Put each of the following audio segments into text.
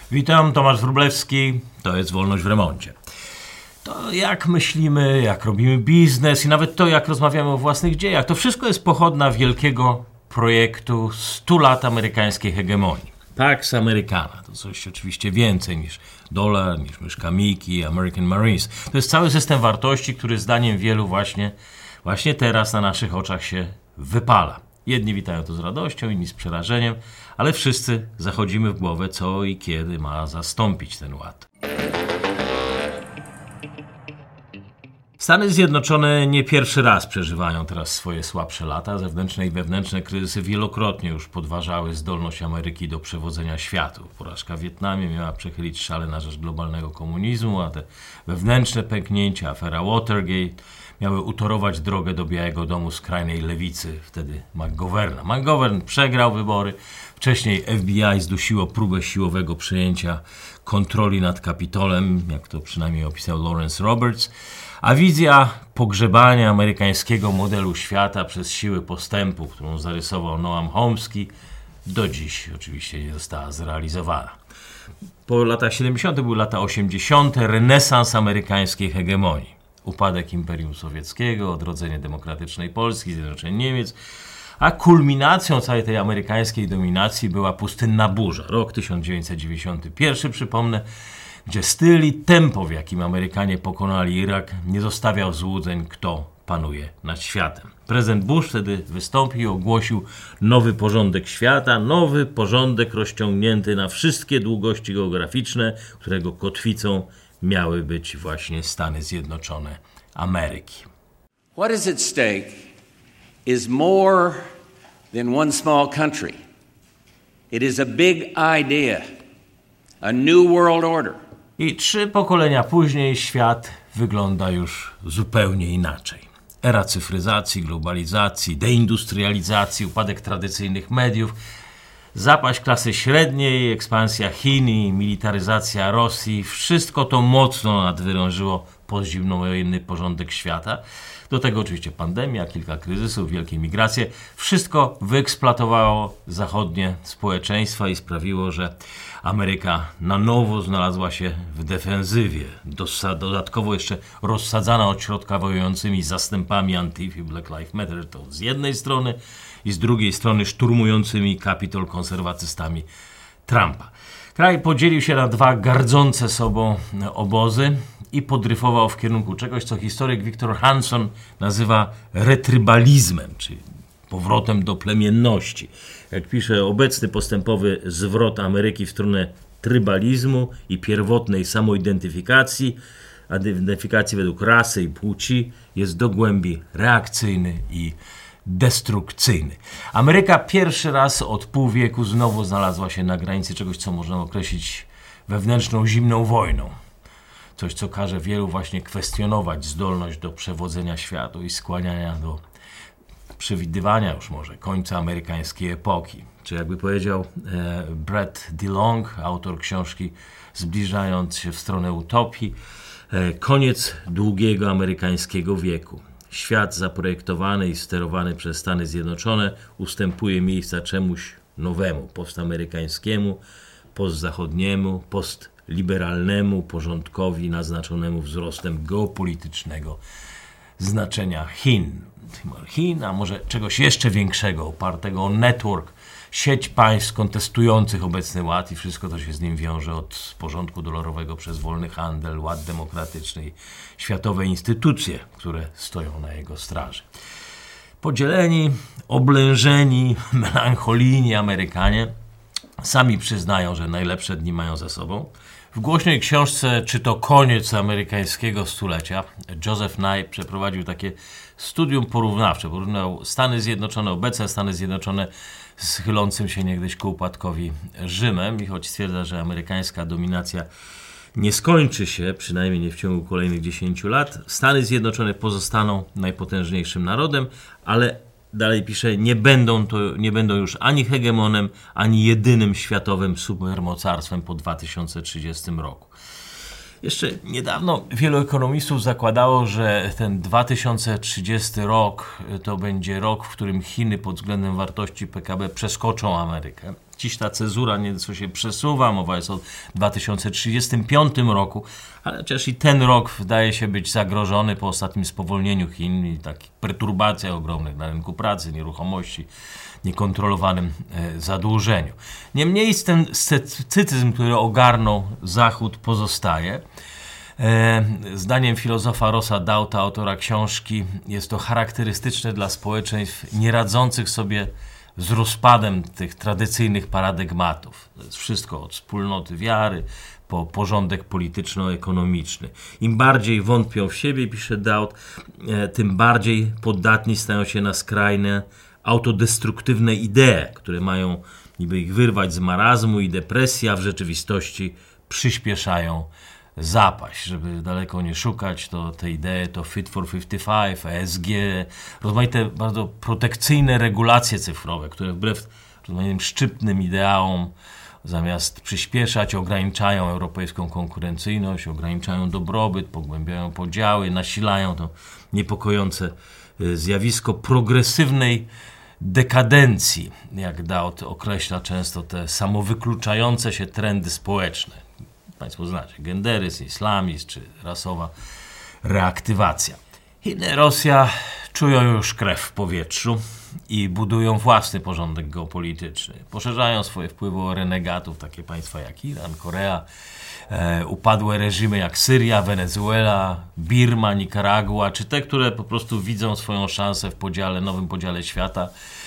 Witam, Tomasz Wróblewski, to jest Wolność w Remoncie. To jak myślimy, jak robimy biznes i nawet to, jak rozmawiamy o własnych dziejach, to wszystko jest pochodna wielkiego projektu 100 lat amerykańskiej hegemonii. Pax Americana to coś oczywiście więcej niż dolar, niż myszka Mickey, American Marines. To jest cały system wartości, który zdaniem wielu właśnie teraz na naszych oczach się wypala. Jedni witają to z radością, inni z przerażeniem, ale wszyscy zachodzimy w głowę, co i kiedy ma zastąpić ten ład. Stany Zjednoczone nie pierwszy raz przeżywają teraz swoje słabsze lata. Zewnętrzne i wewnętrzne kryzysy wielokrotnie już podważały zdolność Ameryki do przewodzenia światu. Porażka w Wietnamie miała przechylić szale na rzecz globalnego komunizmu, a te wewnętrzne pęknięcia, afera Watergate, miały utorować drogę do Białego Domu skrajnej lewicy, wtedy McGoverna. McGovern przegrał wybory. Wcześniej FBI zdusiło próbę siłowego przejęcia kontroli nad Kapitolem, jak to przynajmniej opisał Lawrence Roberts, a wizja pogrzebania amerykańskiego modelu świata przez siły postępu, którą zarysował Noam Chomsky, do dziś oczywiście nie została zrealizowana. Po latach 70. były lata 80. renesans amerykańskiej hegemonii. Upadek Imperium Sowieckiego, odrodzenie demokratycznej Polski, zjednoczenie Niemiec, a kulminacją całej tej amerykańskiej dominacji była pustynna burza. Rok 1991, przypomnę, gdzie styl i tempo, w jakim Amerykanie pokonali Irak, nie zostawiał złudzeń, kto panuje nad światem. Prezydent Bush wtedy wystąpił i ogłosił nowy porządek świata, nowy porządek rozciągnięty na wszystkie długości geograficzne, którego kotwicą miały być właśnie Stany Zjednoczone Ameryki. What is at stake is more than one small country. It is a big idea, a new world order. I 3 pokolenia później świat wygląda już zupełnie inaczej. Era cyfryzacji, globalizacji, deindustrializacji, upadek tradycyjnych mediów, zapaść klasy średniej, ekspansja Chin i militaryzacja Rosji, wszystko to mocno nadwyrężyło pozimnowojenny porządek świata. Do tego oczywiście pandemia, kilka kryzysów, wielkie migracje. Wszystko wyeksploatowało zachodnie społeczeństwa i sprawiło, że Ameryka na nowo znalazła się w defensywie. Dodatkowo jeszcze rozsadzana od środka wojującymi zastępami Antifa, Black Lives Matter, to z jednej strony, i z drugiej strony szturmującymi Kapitol konserwatystami Trumpa. Kraj podzielił się na 2 gardzące sobą obozy i podryfował w kierunku czegoś, co historyk Victor Hanson nazywa retrybalizmem, czyli powrotem do plemienności. Jak pisze, obecny postępowy zwrot Ameryki w stronę trybalizmu i pierwotnej samoidentyfikacji, a identyfikacji według rasy i płci, jest do głębi reakcyjny i destrukcyjny. Ameryka pierwszy raz od pół wieku znowu znalazła się na granicy czegoś, co można określić wewnętrzną zimną wojną. Coś, co każe wielu właśnie kwestionować zdolność do przewodzenia światu i skłaniania do przewidywania już może końca amerykańskiej epoki. Czy jakby powiedział Brett DeLong, autor książki Zbliżając się w stronę utopii, koniec długiego amerykańskiego wieku. Świat zaprojektowany i sterowany przez Stany Zjednoczone ustępuje miejsca czemuś nowemu, postamerykańskiemu, postzachodniemu, postliberalnemu porządkowi naznaczonemu wzrostem geopolitycznego znaczenia Chin, a może czegoś jeszcze większego, opartego o network, sieć państw kontestujących obecny ład i wszystko to się z nim wiąże, od porządku dolarowego przez wolny handel, ład demokratyczny i światowe instytucje, które stoją na jego straży. Podzieleni, oblężeni, melancholijni Amerykanie sami przyznają, że najlepsze dni mają za sobą. W głośnej książce Czy to koniec amerykańskiego stulecia Joseph Nye przeprowadził takie studium porównawcze. Porównał Stany Zjednoczone, obecne Stany Zjednoczone z chylącym się niegdyś ku upadkowi Rzymem i choć stwierdza, że amerykańska dominacja nie skończy się, przynajmniej nie w ciągu kolejnych 10 lat, Stany Zjednoczone pozostaną najpotężniejszym narodem, ale dalej pisze, nie będą już ani hegemonem, ani jedynym światowym supermocarstwem po 2030 roku. Jeszcze niedawno wielu ekonomistów zakładało, że ten 2030 rok to będzie rok, w którym Chiny pod względem wartości PKB przeskoczą Amerykę. Dziś ta cezura nieco się przesuwa, mowa jest o 2035 roku, ale chociaż i ten rok wydaje się być zagrożony po ostatnim spowolnieniu Chin i takich perturbacjach ogromnych na rynku pracy, nieruchomości, niekontrolowanym zadłużeniu. Niemniej ten sceptycyzm, który ogarnął Zachód, pozostaje. Zdaniem filozofa Rossa Dauta, autora książki, jest to charakterystyczne dla społeczeństw nieradzących sobie z rozpadem tych tradycyjnych paradygmatów. To jest wszystko od wspólnoty wiary po porządek polityczno-ekonomiczny. Im bardziej wątpią w siebie, pisze Daut, tym bardziej podatni stają się na skrajne, autodestruktywne idee, które mają niby ich wyrwać z marazmu i depresji, a w rzeczywistości przyspieszają zapaść. Żeby daleko nie szukać, to te idee to Fit for 55, ESG, rozmaite bardzo protekcyjne regulacje cyfrowe, które wbrew rozmaitym szczytnym ideałom zamiast przyspieszać, ograniczają europejską konkurencyjność, ograniczają dobrobyt, pogłębiają podziały, nasilają to niepokojące zjawisko progresywnej dekadencji, jak Daut określa często te samowykluczające się trendy społeczne. Państwo znacie, genderyzm, islamizm czy rasowa reaktywacja. Chiny, Rosja czują już krew w powietrzu i budują własny porządek geopolityczny. Poszerzają swoje wpływy o renegatów, takie państwa jak Iran, Korea, upadłe reżimy jak Syria, Wenezuela, Birma, Nikaragua, czy te, które po prostu widzą swoją szansę w nowym podziale świata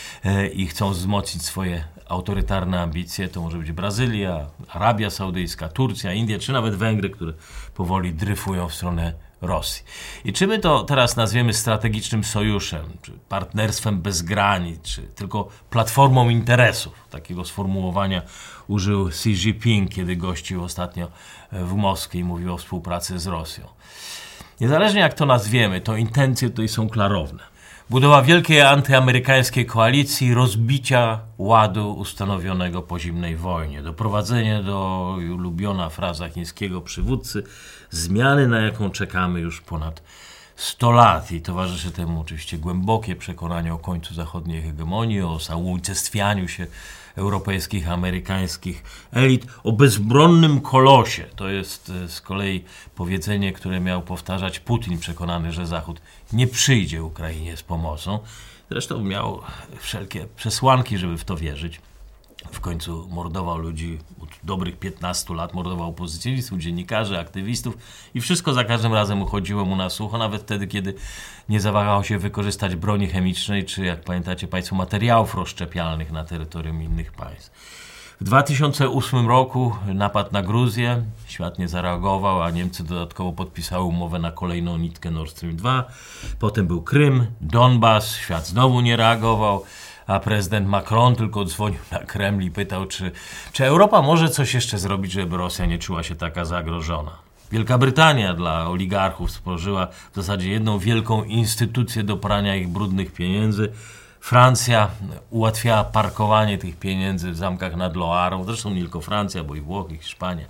i chcą wzmocnić swoje autorytarne ambicje. To może być Brazylia, Arabia Saudyjska, Turcja, India, czy nawet Węgry, które powoli dryfują w stronę Rosji. I czy my to teraz nazwiemy strategicznym sojuszem, czy partnerstwem bez granic, czy tylko platformą interesów? Takiego sformułowania użył Xi Jinping, kiedy gościł ostatnio w Moskwie i mówił o współpracy z Rosją. Niezależnie jak to nazwiemy, to intencje tutaj są klarowne. Budowa wielkiej antyamerykańskiej koalicji, rozbicia ładu ustanowionego po zimnej wojnie, doprowadzenie do, ulubiona fraza chińskiego przywódcy, zmiany, na jaką czekamy już ponad 100 lat. I towarzyszy temu oczywiście głębokie przekonanie o końcu zachodniej hegemonii, o unicestwianiu się europejskich, amerykańskich elit, o bezbronnym kolosie. To jest z kolei powiedzenie, które miał powtarzać Putin, przekonany, że Zachód nie przyjdzie Ukrainie z pomocą. Zresztą miał wszelkie przesłanki, żeby w to wierzyć. W końcu mordował ludzi od dobrych 15 lat, mordował opozycjonistów, dziennikarzy, aktywistów i wszystko za każdym razem uchodziło mu na sucho, nawet wtedy, kiedy nie zawahał się wykorzystać broni chemicznej, czy jak pamiętacie Państwo, materiałów rozszczepialnych na terytorium innych państw. W 2008 roku napad na Gruzję, świat nie zareagował, a Niemcy dodatkowo podpisały umowę na kolejną nitkę Nord Stream 2. Potem był Krym, Donbas, świat znowu nie reagował, a prezydent Macron tylko dzwonił na Kreml i pytał, czy Europa może coś jeszcze zrobić, żeby Rosja nie czuła się taka zagrożona. Wielka Brytania dla oligarchów stworzyła w zasadzie jedną wielką instytucję do prania ich brudnych pieniędzy. Francja ułatwiała parkowanie tych pieniędzy w zamkach nad Loarą, zresztą nie tylko Francja, bo i Włochy, i Hiszpania.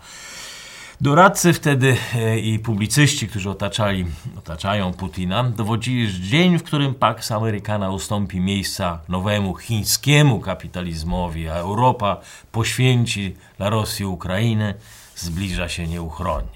Doradcy wtedy i publicyści, którzy otaczają Putina, dowodzili, że dzień, w którym Pax Americana ustąpi miejsca nowemu chińskiemu kapitalizmowi, a Europa poświęci dla Rosji Ukrainę, zbliża się nieuchronnie.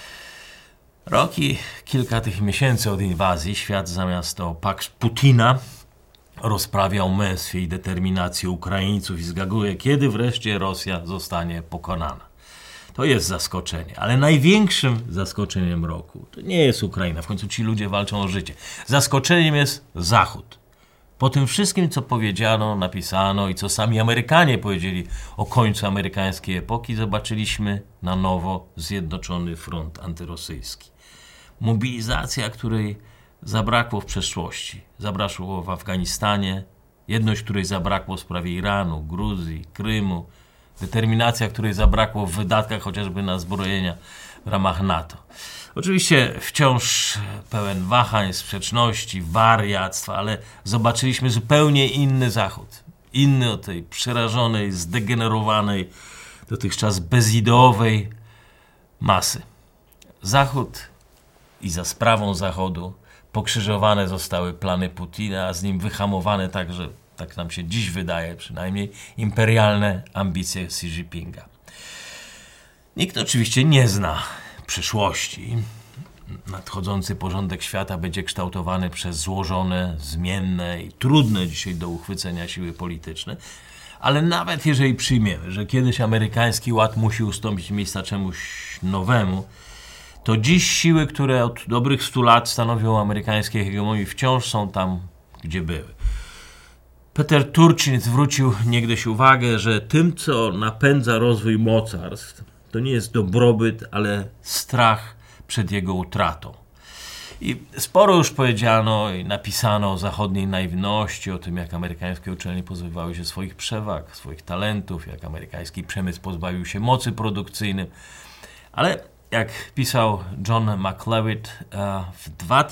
Rok i kilka tych miesięcy od inwazji świat zamiast o Pax Putina rozprawia o męstwie i determinacji Ukraińców i zgaduje, kiedy wreszcie Rosja zostanie pokonana. To jest zaskoczenie, ale największym zaskoczeniem roku to nie jest Ukraina, w końcu ci ludzie walczą o życie. Zaskoczeniem jest Zachód. Po tym wszystkim, co powiedziano, napisano i co sami Amerykanie powiedzieli o końcu amerykańskiej epoki, zobaczyliśmy na nowo zjednoczony front antyrosyjski. Mobilizacja, której zabrakło w przeszłości. Zabrakło w Afganistanie, jedność, której zabrakło w sprawie Iranu, Gruzji, Krymu, determinacja, której zabrakło w wydatkach chociażby na zbrojenia w ramach NATO. Oczywiście wciąż pełen wahań, sprzeczności, wariactwa, ale zobaczyliśmy zupełnie inny Zachód. Inny od tej przerażonej, zdegenerowanej, dotychczas bezideowej masy. Zachód i za sprawą Zachodu pokrzyżowane zostały plany Putina, a z nim wyhamowane także tak nam się dziś wydaje przynajmniej, imperialne ambicje Xi Jinpinga. Nikt oczywiście nie zna przyszłości. Nadchodzący porządek świata będzie kształtowany przez złożone, zmienne i trudne dzisiaj do uchwycenia siły polityczne. Ale nawet jeżeli przyjmiemy, że kiedyś amerykański ład musi ustąpić miejsca czemuś nowemu, to dziś siły, które od dobrych 100 lat stanowią amerykańskiej hegemonii, wciąż są tam, gdzie były. Peter Turchin zwrócił niegdyś uwagę, że tym, co napędza rozwój mocarstw, to nie jest dobrobyt, ale strach przed jego utratą. I sporo już powiedziano i napisano o zachodniej naiwności, o tym, jak amerykańskie uczelnie pozbywały się swoich przewag, swoich talentów, jak amerykański przemysł pozbawił się mocy produkcyjnej. Ale jak pisał John McLeod, w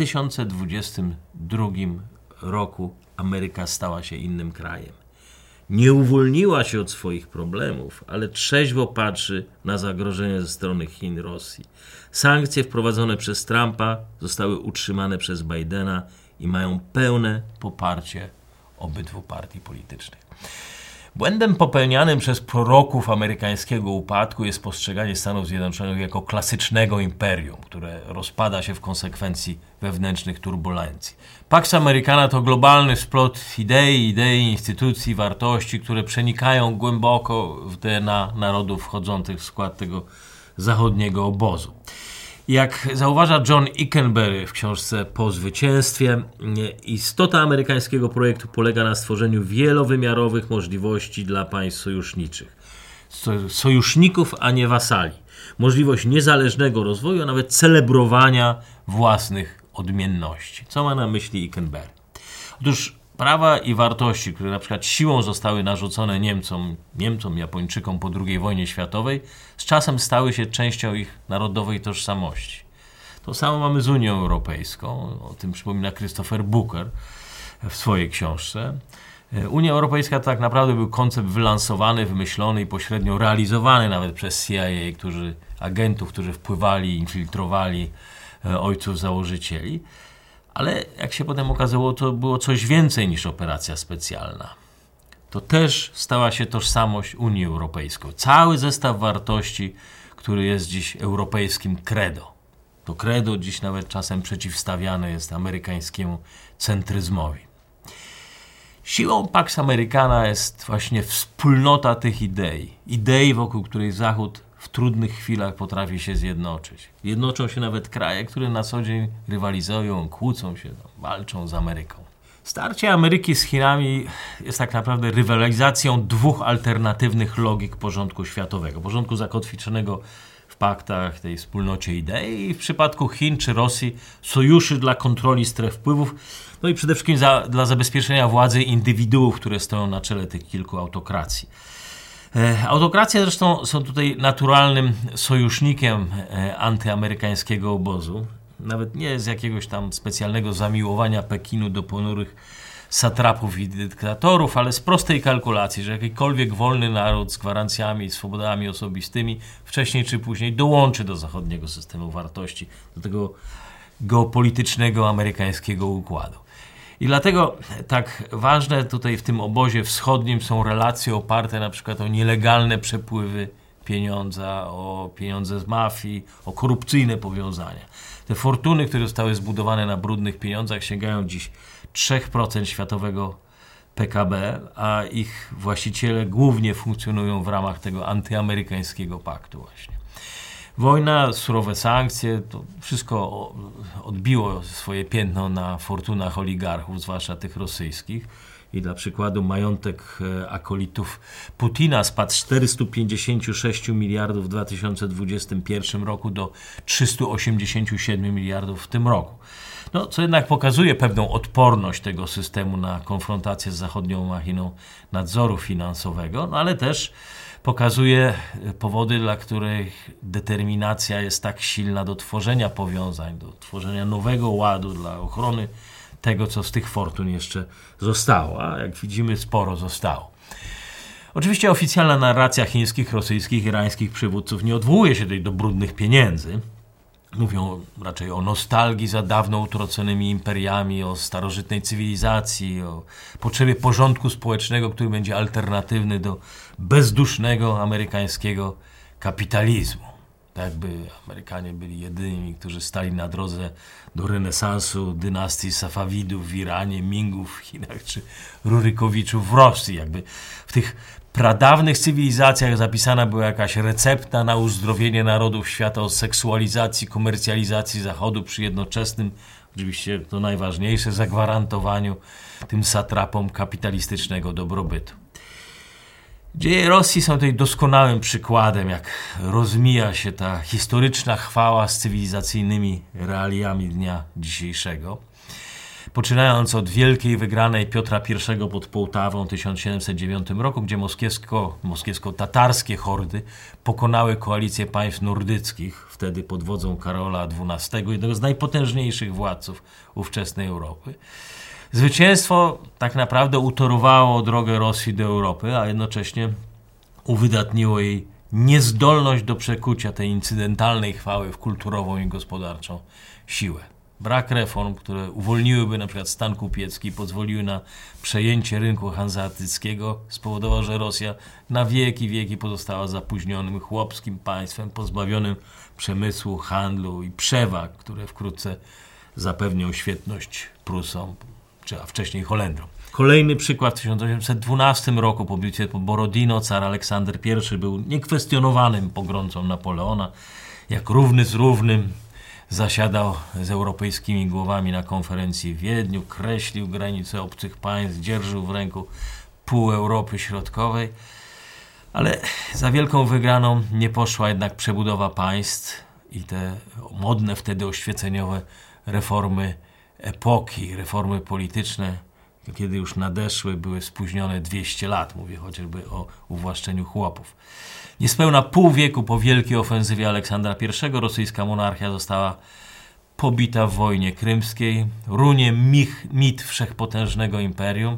2022 roku Ameryka stała się innym krajem. Nie uwolniła się od swoich problemów, ale trzeźwo patrzy na zagrożenie ze strony Chin, Rosji. Sankcje wprowadzone przez Trumpa zostały utrzymane przez Bidena i mają pełne poparcie obydwu partii politycznych. Błędem popełnianym przez proroków amerykańskiego upadku jest postrzeganie Stanów Zjednoczonych jako klasycznego imperium, które rozpada się w konsekwencji wewnętrznych turbulencji. Pax Americana to globalny splot idei, instytucji, wartości, które przenikają głęboko w DNA narodów wchodzących w skład tego zachodniego obozu. Jak zauważa John Ikenberry w książce Po zwycięstwie, istota amerykańskiego projektu polega na stworzeniu wielowymiarowych możliwości dla państw sojuszniczych. Sojuszników, a nie wasali. Możliwość niezależnego rozwoju, a nawet celebrowania własnych odmienności. Co ma na myśli Ikenberry? Otóż prawa i wartości, które na przykład siłą zostały narzucone Niemcom, Japończykom po II wojnie światowej, z czasem stały się częścią ich narodowej tożsamości. To samo mamy z Unią Europejską, o tym przypomina Christopher Booker w swojej książce. Unia Europejska to tak naprawdę był koncept wylansowany, wymyślony i pośrednio realizowany nawet przez CIA, agentów, którzy wpływali, infiltrowali ojców założycieli. Ale jak się potem okazało, to było coś więcej niż operacja specjalna. To też stała się tożsamość Unii Europejskiej. Cały zestaw wartości, który jest dziś europejskim credo. To credo dziś nawet czasem przeciwstawiane jest amerykańskiemu centryzmowi. Siłą Pax Americana jest właśnie wspólnota tych idei. Idei, wokół której Zachód w trudnych chwilach potrafi się zjednoczyć. Jednoczą się nawet kraje, które na co dzień rywalizują, kłócą się, walczą z Ameryką. Starcie Ameryki z Chinami jest tak naprawdę rywalizacją dwóch alternatywnych logik porządku światowego. Porządku zakotwiczonego w paktach, tej wspólnocie idei i w przypadku Chin czy Rosji sojuszy dla kontroli stref wpływów, no i przede wszystkim dla zabezpieczenia władzy indywiduów, które stoją na czele tych kilku autokracji. Autokracje zresztą są tutaj naturalnym sojusznikiem antyamerykańskiego obozu. Nawet nie z jakiegoś tam specjalnego zamiłowania Pekinu do ponurych satrapów i dyktatorów, ale z prostej kalkulacji, że jakikolwiek wolny naród z gwarancjami i swobodami osobistymi wcześniej czy później dołączy do zachodniego systemu wartości, do tego geopolitycznego amerykańskiego układu. I dlatego tak ważne tutaj w tym obozie wschodnim są relacje oparte na przykład o nielegalne przepływy pieniądza, o pieniądze z mafii, o korupcyjne powiązania. Te fortuny, które zostały zbudowane na brudnych pieniądzach, sięgają dziś 3% światowego PKB, a ich właściciele głównie funkcjonują w ramach tego antyamerykańskiego paktu właśnie. Wojna, surowe sankcje, to wszystko odbiło swoje piętno na fortunach oligarchów, zwłaszcza tych rosyjskich. I dla przykładu majątek akolitów Putina spadł z 456 miliardów w 2021 roku do 387 miliardów w tym roku. No, co jednak pokazuje pewną odporność tego systemu na konfrontację z zachodnią machiną nadzoru finansowego, no ale też pokazuje powody, dla których determinacja jest tak silna do tworzenia powiązań, do tworzenia nowego ładu dla ochrony tego, co z tych fortun jeszcze zostało, a jak widzimy sporo zostało. Oczywiście oficjalna narracja chińskich, rosyjskich, irańskich przywódców nie odwołuje się tutaj do brudnych pieniędzy, Mówią raczej o nostalgii za dawno utraconymi imperiami, o starożytnej cywilizacji, o potrzebie porządku społecznego, który będzie alternatywny do bezdusznego amerykańskiego kapitalizmu. Tak jakby Amerykanie byli jedynymi, którzy stali na drodze do renesansu dynastii Safawidów w Iranie, Mingów w Chinach czy Rurykowiczów w Rosji. Jakby w tych pradawnych cywilizacjach zapisana była jakaś recepta na uzdrowienie narodów świata od seksualizacji, komercjalizacji Zachodu przy jednoczesnym, oczywiście to najważniejsze, zagwarantowaniu tym satrapom kapitalistycznego dobrobytu. Dzieje Rosji są tutaj doskonałym przykładem, jak rozmija się ta historyczna chwała z cywilizacyjnymi realiami dnia dzisiejszego. Poczynając od wielkiej wygranej Piotra I pod Połtawą w 1709 roku, gdzie moskiewsko-tatarskie hordy pokonały koalicję państw nordyckich, wtedy pod wodzą Karola XII, jednego z najpotężniejszych władców ówczesnej Europy. Zwycięstwo tak naprawdę utorowało drogę Rosji do Europy, a jednocześnie uwydatniło jej niezdolność do przekucia tej incydentalnej chwały w kulturową i gospodarczą siłę. Brak reform, które uwolniłyby na przykład stan kupiecki i pozwoliły na przejęcie rynku hanzeatyckiego, spowodował, że Rosja na wieki pozostała zapóźnionym chłopskim państwem, pozbawionym przemysłu, handlu i przewag, które wkrótce zapewnią świetność Prusom, a wcześniej Holendrom. Kolejny przykład w 1812 roku po bitwie pod Borodino car Aleksander I był niekwestionowanym pogromcą Napoleona. Jak równy z równym zasiadał z europejskimi głowami na konferencji w Wiedniu, kreślił granice obcych państw, dzierżył w ręku pół Europy Środkowej, ale za wielką wygraną nie poszła jednak przebudowa państw i te modne wtedy oświeceniowe reformy epoki, reformy polityczne, kiedy już nadeszły, były spóźnione 200 lat. Mówię chociażby o uwłaszczeniu chłopów. Niespełna pół wieku po wielkiej ofensywie Aleksandra I rosyjska monarchia została pobita w wojnie krymskiej. Runie mit wszechpotężnego imperium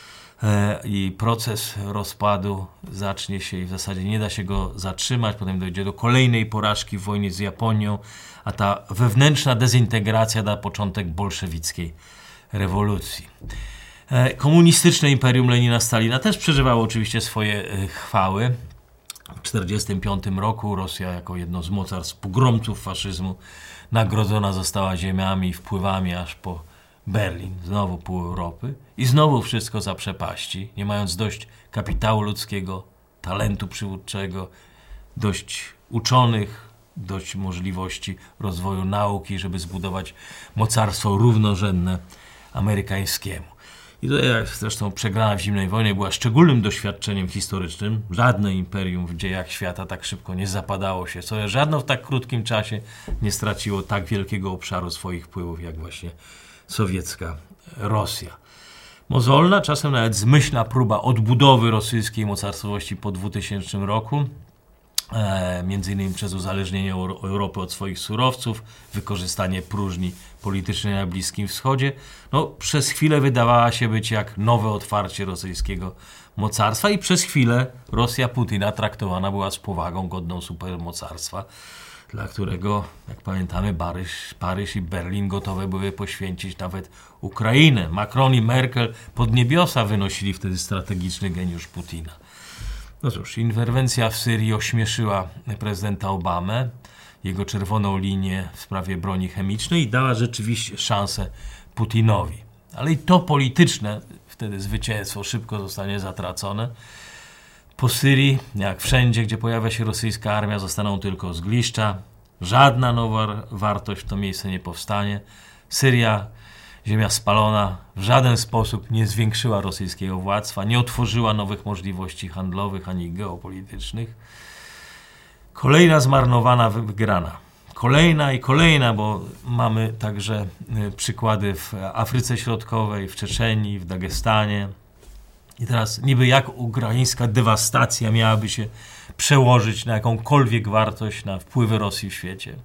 i proces rozpadu zacznie się i w zasadzie nie da się go zatrzymać. Potem dojdzie do kolejnej porażki w wojnie z Japonią, a ta wewnętrzna dezintegracja da początek bolszewickiej rewolucji. Komunistyczne imperium Lenina-Stalina też przeżywało oczywiście swoje chwały. W 1945 roku Rosja jako jedno z mocarstw pogromców faszyzmu nagrodzona została ziemiami i wpływami aż po Berlin, znowu pół Europy i znowu wszystko za przepaści, nie mając dość kapitału ludzkiego, talentu przywódczego, dość uczonych, dość możliwości rozwoju nauki, żeby zbudować mocarstwo równorzędne amerykańskiemu. I tutaj zresztą przegrana w zimnej wojnie była szczególnym doświadczeniem historycznym. Żadne imperium w dziejach świata tak szybko nie zapadało się, żadne w tak krótkim czasie nie straciło tak wielkiego obszaru swoich wpływów jak właśnie sowiecka Rosja. Mozolna, czasem nawet zmyślna próba odbudowy rosyjskiej mocarstwowości po 2000 roku, między innymi przez uzależnienie Europy od swoich surowców, wykorzystanie próżni politycznej na Bliskim Wschodzie, przez chwilę wydawała się być jak nowe otwarcie rosyjskiego mocarstwa i przez chwilę Rosja Putina traktowana była z powagą godną supermocarstwa, dla którego, jak pamiętamy, Paryż i Berlin gotowe były poświęcić nawet Ukrainę. Macron i Merkel pod niebiosa wynosili wtedy strategiczny geniusz Putina. No cóż, interwencja w Syrii ośmieszyła prezydenta Obamę, jego czerwoną linię w sprawie broni chemicznej i dała rzeczywiście szansę Putinowi. Ale i to polityczne wtedy zwycięstwo szybko zostanie zatracone. Po Syrii, jak wszędzie, gdzie pojawia się rosyjska armia, zostaną tylko zgliszcza. Żadna nowa wartość w to miejsce nie powstanie. Syria, ziemia spalona, w żaden sposób nie zwiększyła rosyjskiego władztwa, nie otworzyła nowych możliwości handlowych ani geopolitycznych. Kolejna zmarnowana wygrana. Kolejna, bo mamy także przykłady w Afryce Środkowej, w Czeczenii, w Dagestanie. I teraz niby jak ukraińska dewastacja miałaby się przełożyć na jakąkolwiek wartość na wpływy Rosji w świecie.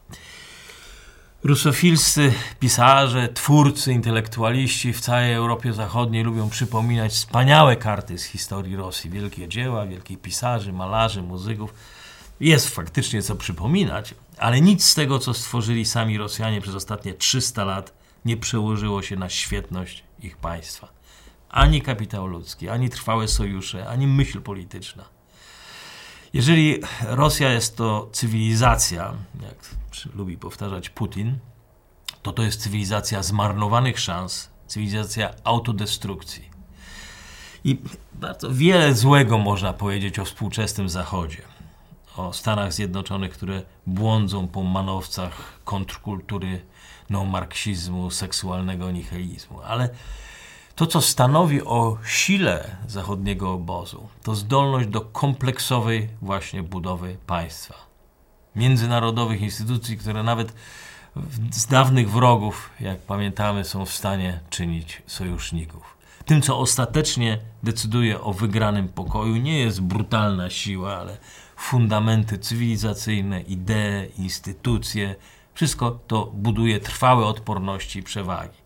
Rusofilscy pisarze, twórcy, intelektualiści w całej Europie Zachodniej lubią przypominać wspaniałe karty z historii Rosji. Wielkie dzieła, wielkich pisarzy, malarzy, muzyków. Jest faktycznie co przypominać, ale nic z tego, co stworzyli sami Rosjanie przez ostatnie 300 lat, nie przełożyło się na świetność ich państwa. Ani kapitał ludzki, ani trwałe sojusze, ani myśl polityczna. Jeżeli Rosja jest to cywilizacja, jak lubi powtarzać Putin, to jest cywilizacja zmarnowanych szans, cywilizacja autodestrukcji. I bardzo wiele złego można powiedzieć o współczesnym Zachodzie. O Stanach Zjednoczonych, które błądzą po manowcach kontrkultury, neomarksizmu, seksualnego nihilizmu. Ale to, co stanowi o sile zachodniego obozu, to zdolność do kompleksowej właśnie budowy państwa. Międzynarodowych instytucji, które nawet z dawnych wrogów, jak pamiętamy, są w stanie czynić sojuszników. Tym, co ostatecznie decyduje o wygranym pokoju, nie jest brutalna siła, ale fundamenty cywilizacyjne, idee, instytucje. Wszystko to buduje trwałe odporności i przewagi.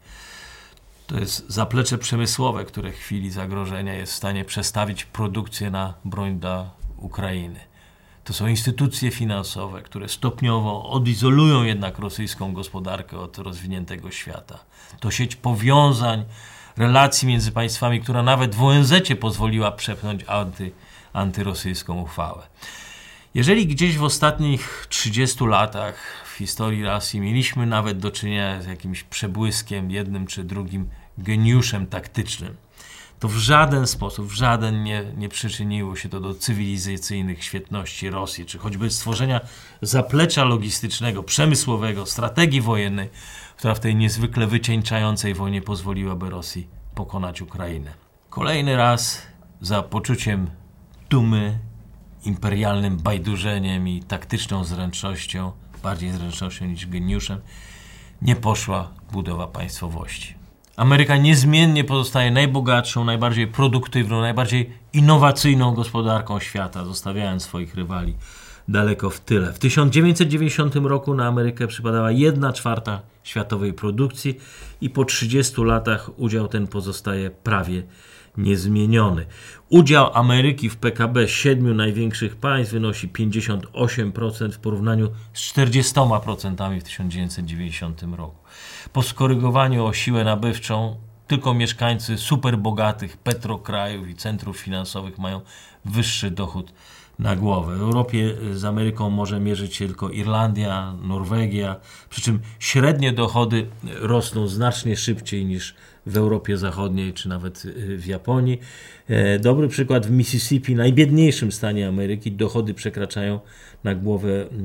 To jest zaplecze przemysłowe, które w chwili zagrożenia jest w stanie przestawić produkcję na broń dla Ukrainy. To są instytucje finansowe, które stopniowo odizolują jednak rosyjską gospodarkę od rozwiniętego świata. To sieć powiązań, relacji między państwami, która nawet w ONZ-cie pozwoliła przepchnąć antyrosyjską uchwałę. Jeżeli gdzieś w ostatnich 30 latach w historii Rosji mieliśmy nawet do czynienia z jakimś przebłyskiem, jednym czy drugim geniuszem taktycznym, to w żaden sposób, nie przyczyniło się to do cywilizacyjnych świetności Rosji, czy choćby stworzenia zaplecza logistycznego, przemysłowego, strategii wojennej, która w tej niezwykle wycieńczającej wojnie pozwoliłaby Rosji pokonać Ukrainę. Kolejny raz za poczuciem dumy, imperialnym bajdurzeniem i taktyczną zręcznością, bardziej zręcznością niż geniuszem, nie poszła budowa państwowości. Ameryka niezmiennie pozostaje najbogatszą, najbardziej produktywną, najbardziej innowacyjną gospodarką świata, zostawiając swoich rywali daleko w tyle. W 1990 roku na Amerykę przypadała 1/4 światowej produkcji i po 30 latach udział ten pozostaje prawie niezmieniony. Udział Ameryki w PKB 7 największych państw wynosi 58% w porównaniu z 40% w 1990 roku. Po skorygowaniu o siłę nabywczą tylko mieszkańcy superbogatych petrokrajów i centrów finansowych mają wyższy dochód na głowę. W Europie z Ameryką może mierzyć się tylko Irlandia, Norwegia, przy czym średnie dochody rosną znacznie szybciej niż w Europie Zachodniej czy nawet w Japonii. Dobry przykład w Mississippi, najbiedniejszym stanie Ameryki, dochody przekraczają na głowę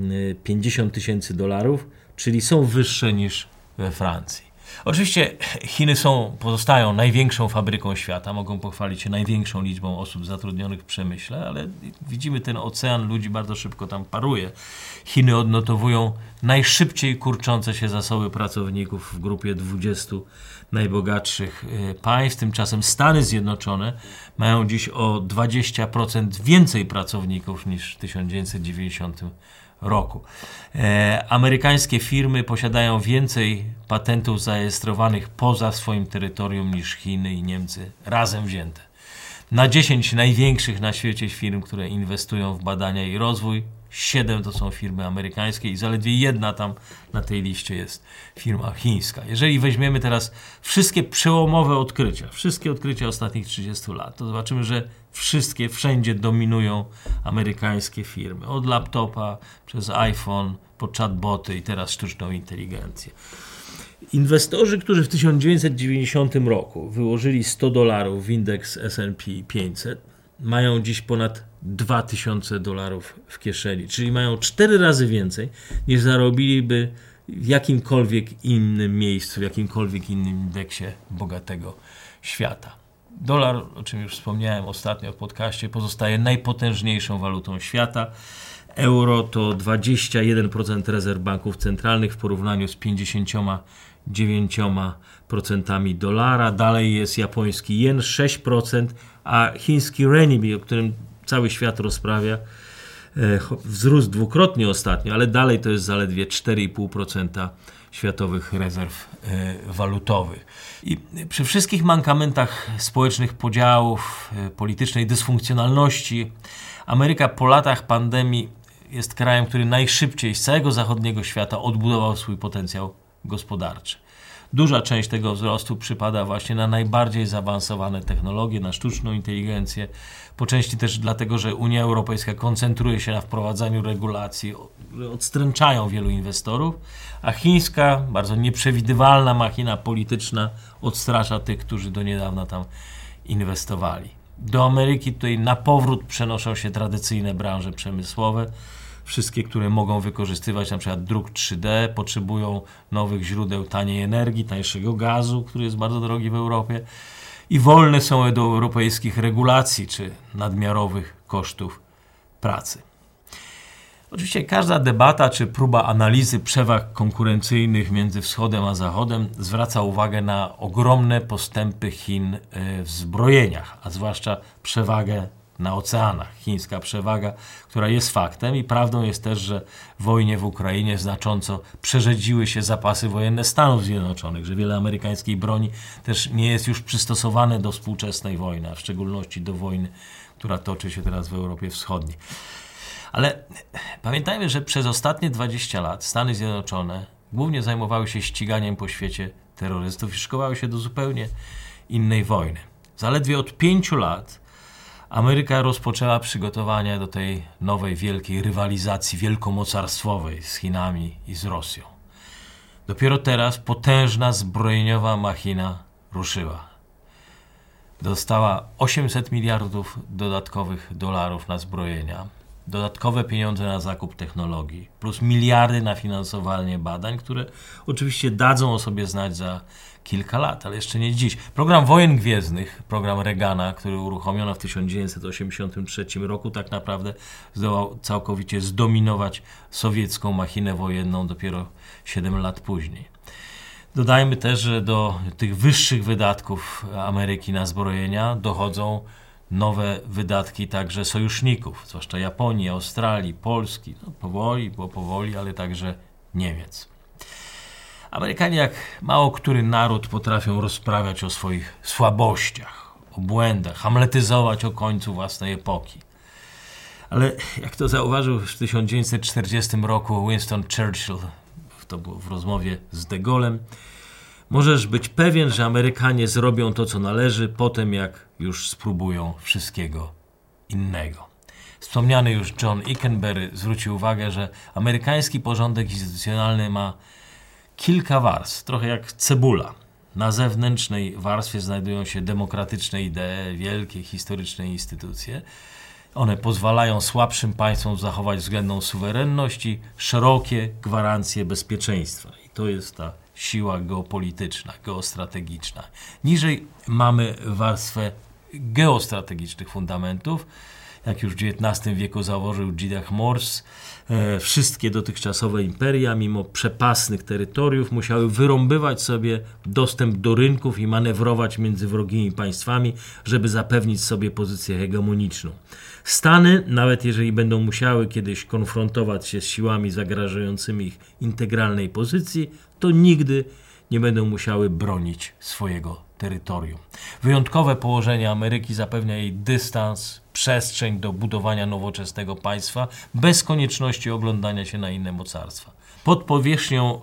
$50,000, czyli są wyższe niż we Francji. Oczywiście Chiny pozostają największą fabryką świata, mogą pochwalić się największą liczbą osób zatrudnionych w przemyśle, ale widzimy, ten ocean ludzi bardzo szybko tam paruje. Chiny odnotowują najszybciej kurczące się zasoby pracowników w grupie 20 najbogatszych państw. Tymczasem Stany Zjednoczone mają dziś o 20% więcej pracowników niż w 1990 roku. Amerykańskie firmy posiadają więcej patentów zarejestrowanych poza swoim terytorium niż Chiny i Niemcy razem wzięte. Na 10 największych na świecie firm, które inwestują w badania i rozwój, 7 to są firmy amerykańskie i zaledwie 1 tam na tej liście jest firma chińska. Jeżeli weźmiemy teraz wszystkie przełomowe odkrycia, wszystkie odkrycia ostatnich 30 lat, to zobaczymy, że wszędzie dominują amerykańskie firmy. Od laptopa, przez iPhone, po chatboty i teraz sztuczną inteligencję. Inwestorzy, którzy w 1990 roku wyłożyli $100 w indeks S&P 500, mają dziś ponad $2,000 w kieszeni, czyli mają 4 razy więcej niż zarobiliby w jakimkolwiek innym miejscu, w jakimkolwiek innym indeksie bogatego świata. Dolar, o czym już wspomniałem ostatnio w podcaście, pozostaje najpotężniejszą walutą świata. Euro to 21% rezerw banków centralnych w porównaniu z 59% dolara. Dalej jest japoński jen 6%, a chiński renminbi, o którym cały świat rozprawia, wzrósł dwukrotnie ostatnio, ale dalej to jest zaledwie 4,5% światowych rezerw walutowych. I przy wszystkich mankamentach społecznych podziałów, politycznej dysfunkcjonalności, Ameryka po latach pandemii jest krajem, który najszybciej z całego zachodniego świata odbudował swój potencjał gospodarczy. Duża część tego wzrostu przypada właśnie na najbardziej zaawansowane technologie, na sztuczną inteligencję, po części też dlatego, że Unia Europejska koncentruje się na wprowadzaniu regulacji, które odstręczają wielu inwestorów, a chińska, bardzo nieprzewidywalna machina polityczna odstrasza tych, którzy do niedawna tam inwestowali. Do Ameryki tutaj na powrót przenoszą się tradycyjne branże przemysłowe, wszystkie, które mogą wykorzystywać na przykład druk 3D, potrzebują nowych źródeł taniej energii, tańszego gazu, który jest bardzo drogi w Europie i wolne są do europejskich regulacji czy nadmiarowych kosztów pracy. Oczywiście każda debata czy próba analizy przewag konkurencyjnych między Wschodem a Zachodem zwraca uwagę na ogromne postępy Chin w zbrojeniach, a zwłaszcza przewagę na oceanach. Chińska przewaga, która jest faktem i prawdą jest też, że w wojnie w Ukrainie znacząco przerzedziły się zapasy wojenne Stanów Zjednoczonych, że wiele amerykańskiej broni też nie jest już przystosowane do współczesnej wojny, a w szczególności do wojny, która toczy się teraz w Europie Wschodniej. Ale pamiętajmy, że przez ostatnie 20 lat Stany Zjednoczone głównie zajmowały się ściganiem po świecie terrorystów i szykowały się do zupełnie innej wojny. Zaledwie od 5 lat Ameryka rozpoczęła przygotowania do tej nowej wielkiej rywalizacji wielkomocarstwowej z Chinami i z Rosją. Dopiero teraz potężna zbrojeniowa machina ruszyła. Dostała 800 miliardów dodatkowych dolarów na zbrojenia, dodatkowe pieniądze na zakup technologii, plus miliardy na finansowanie badań, które oczywiście dadzą o sobie znać za kilka lat, ale jeszcze nie dziś. Program wojen gwiezdnych, program Reagana, który uruchomiono w 1983 roku, tak naprawdę zdołał całkowicie zdominować sowiecką machinę wojenną dopiero 7 lat później. Dodajmy też, że do tych wyższych wydatków Ameryki na zbrojenia dochodzą nowe wydatki także sojuszników, zwłaszcza Japonii, Australii, Polski, powoli, ale także Niemiec. Amerykanie, jak mało który naród, potrafią rozprawiać o swoich słabościach, o błędach, hamletyzować o końcu własnej epoki. Ale jak to zauważył w 1940 roku Winston Churchill, to było w rozmowie z de Gaulle'em, możesz być pewien, że Amerykanie zrobią to, co należy, potem jak już spróbują wszystkiego innego. Wspomniany już John Ikenberry zwrócił uwagę, że amerykański porządek instytucjonalny ma kilka warstw, trochę jak cebula. Na zewnętrznej warstwie znajdują się demokratyczne idee, wielkie historyczne instytucje. One pozwalają słabszym państwom zachować względną suwerenność i szerokie gwarancje bezpieczeństwa. I to jest ta siła geopolityczna, geostrategiczna. Niżej mamy warstwę geostrategicznych fundamentów. Jak już w XIX wieku założył G.D. Morse, wszystkie dotychczasowe imperia, mimo przepasnych terytoriów, musiały wyrąbywać sobie dostęp do rynków i manewrować między wrogimi państwami, żeby zapewnić sobie pozycję hegemoniczną. Stany, nawet jeżeli będą musiały kiedyś konfrontować się z siłami zagrażającymi ich integralnej pozycji, to nigdy nie będą musiały bronić swojego terytorium. Wyjątkowe położenie Ameryki zapewnia jej dystans, przestrzeń do budowania nowoczesnego państwa bez konieczności oglądania się na inne mocarstwa. Pod powierzchnią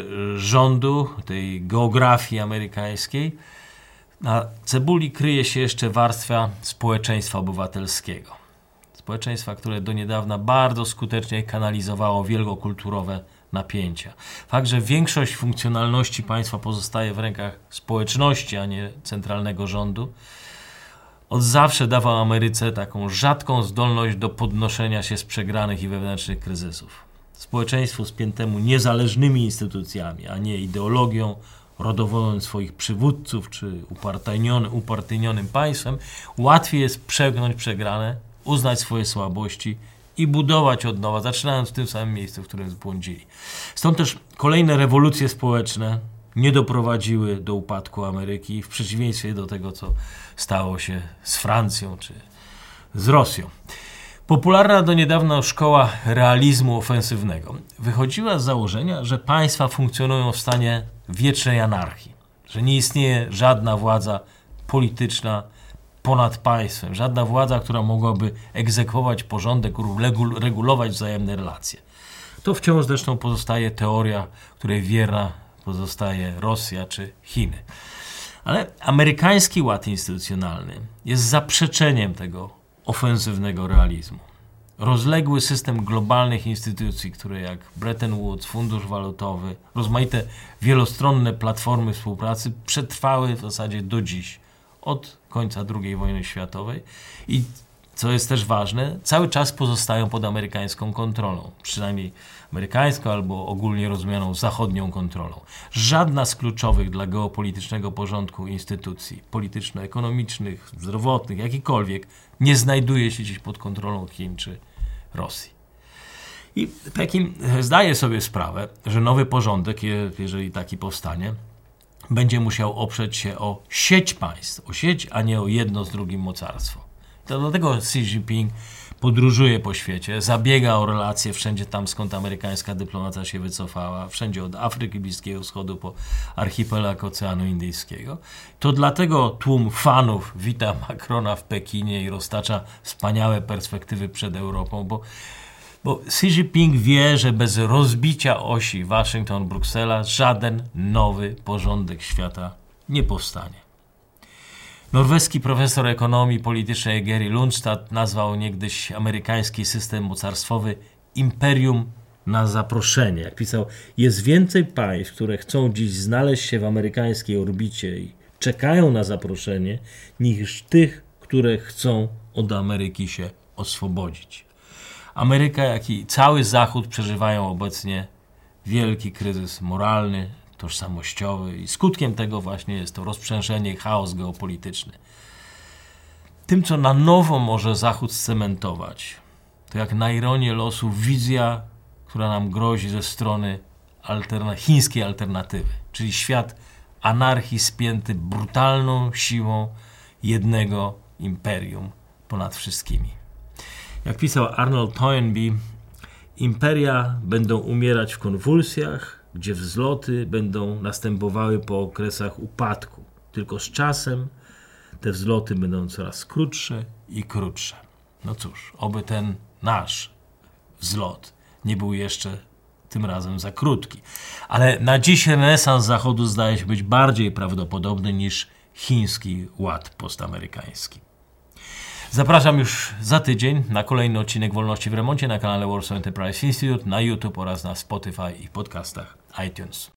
rządu, tej geografii amerykańskiej, na cebuli kryje się jeszcze warstwa społeczeństwa obywatelskiego. Społeczeństwa, które do niedawna bardzo skutecznie kanalizowało wielkokulturowe napięcia. Fakt, że większość funkcjonalności państwa pozostaje w rękach społeczności, a nie centralnego rządu, od zawsze dawał Ameryce taką rzadką zdolność do podnoszenia się z przegranych i wewnętrznych kryzysów. Społeczeństwu spiętemu niezależnymi instytucjami, a nie ideologią, rodowodem swoich przywódców czy upartyjnionym państwem, łatwiej jest przełknąć przegrane, uznać swoje słabości i budować od nowa, zaczynając w tym samym miejscu, w którym zbłądzili. Stąd też kolejne rewolucje społeczne nie doprowadziły do upadku Ameryki, w przeciwieństwie do tego, co stało się z Francją czy z Rosją. Popularna do niedawna szkoła realizmu ofensywnego wychodziła z założenia, że państwa funkcjonują w stanie wiecznej anarchii, że nie istnieje żadna władza polityczna ponad państwem, żadna władza, która mogłaby egzekwować porządek lub regulować wzajemne relacje. To wciąż zresztą pozostaje teoria, której wierna pozostaje Rosja czy Chiny. Ale amerykański ład instytucjonalny jest zaprzeczeniem tego ofensywnego realizmu. Rozległy system globalnych instytucji, które jak Bretton Woods, Fundusz Walutowy, rozmaite wielostronne platformy współpracy przetrwały w zasadzie do dziś, od końca II wojny światowej i, co jest też ważne, cały czas pozostają pod amerykańską kontrolą, przynajmniej amerykańską albo ogólnie rozumianą zachodnią kontrolą. Żadna z kluczowych dla geopolitycznego porządku instytucji polityczno-ekonomicznych, zdrowotnych, jakikolwiek, nie znajduje się dziś pod kontrolą Chin czy Rosji. I Pekin zdaje sobie sprawę, że nowy porządek, jeżeli taki powstanie, będzie musiał oprzeć się o sieć państw, a nie o jedno z drugim mocarstwo. To dlatego Xi Jinping podróżuje po świecie, zabiega o relacje wszędzie tam, skąd amerykańska dyplomacja się wycofała, wszędzie od Afryki Bliskiego Wschodu po archipelag Oceanu Indyjskiego. To dlatego tłum fanów wita Macrona w Pekinie i roztacza wspaniałe perspektywy przed Europą, bo Xi Jinping wie, że bez rozbicia osi Waszyngton-Bruksela żaden nowy porządek świata nie powstanie. Norweski profesor ekonomii politycznej Gary Lundstad nazwał niegdyś amerykański system mocarstwowy imperium na zaproszenie. Jak pisał, jest więcej państw, które chcą dziś znaleźć się w amerykańskiej orbicie i czekają na zaproszenie, niż tych, które chcą od Ameryki się oswobodzić. Ameryka, jak i cały Zachód przeżywają obecnie wielki kryzys moralny, tożsamościowy i skutkiem tego właśnie jest to rozprzężenie i chaos geopolityczny. Tym, co na nowo może Zachód scementować, to jak na ironię losu wizja, która nam grozi ze strony chińskiej alternatywy, czyli świat anarchii spięty brutalną siłą jednego imperium ponad wszystkimi. Jak pisał Arnold Toynbee, imperia będą umierać w konwulsjach, gdzie wzloty będą następowały po okresach upadku. Tylko z czasem te wzloty będą coraz krótsze i krótsze. No cóż, oby ten nasz wzlot nie był jeszcze tym razem za krótki. Ale na dziś renesans Zachodu zdaje się być bardziej prawdopodobny niż chiński ład postamerykański. Zapraszam już za tydzień na kolejny odcinek Wolności w Remoncie na kanale Warsaw Enterprise Institute, na YouTube oraz na Spotify i podcastach iTunes.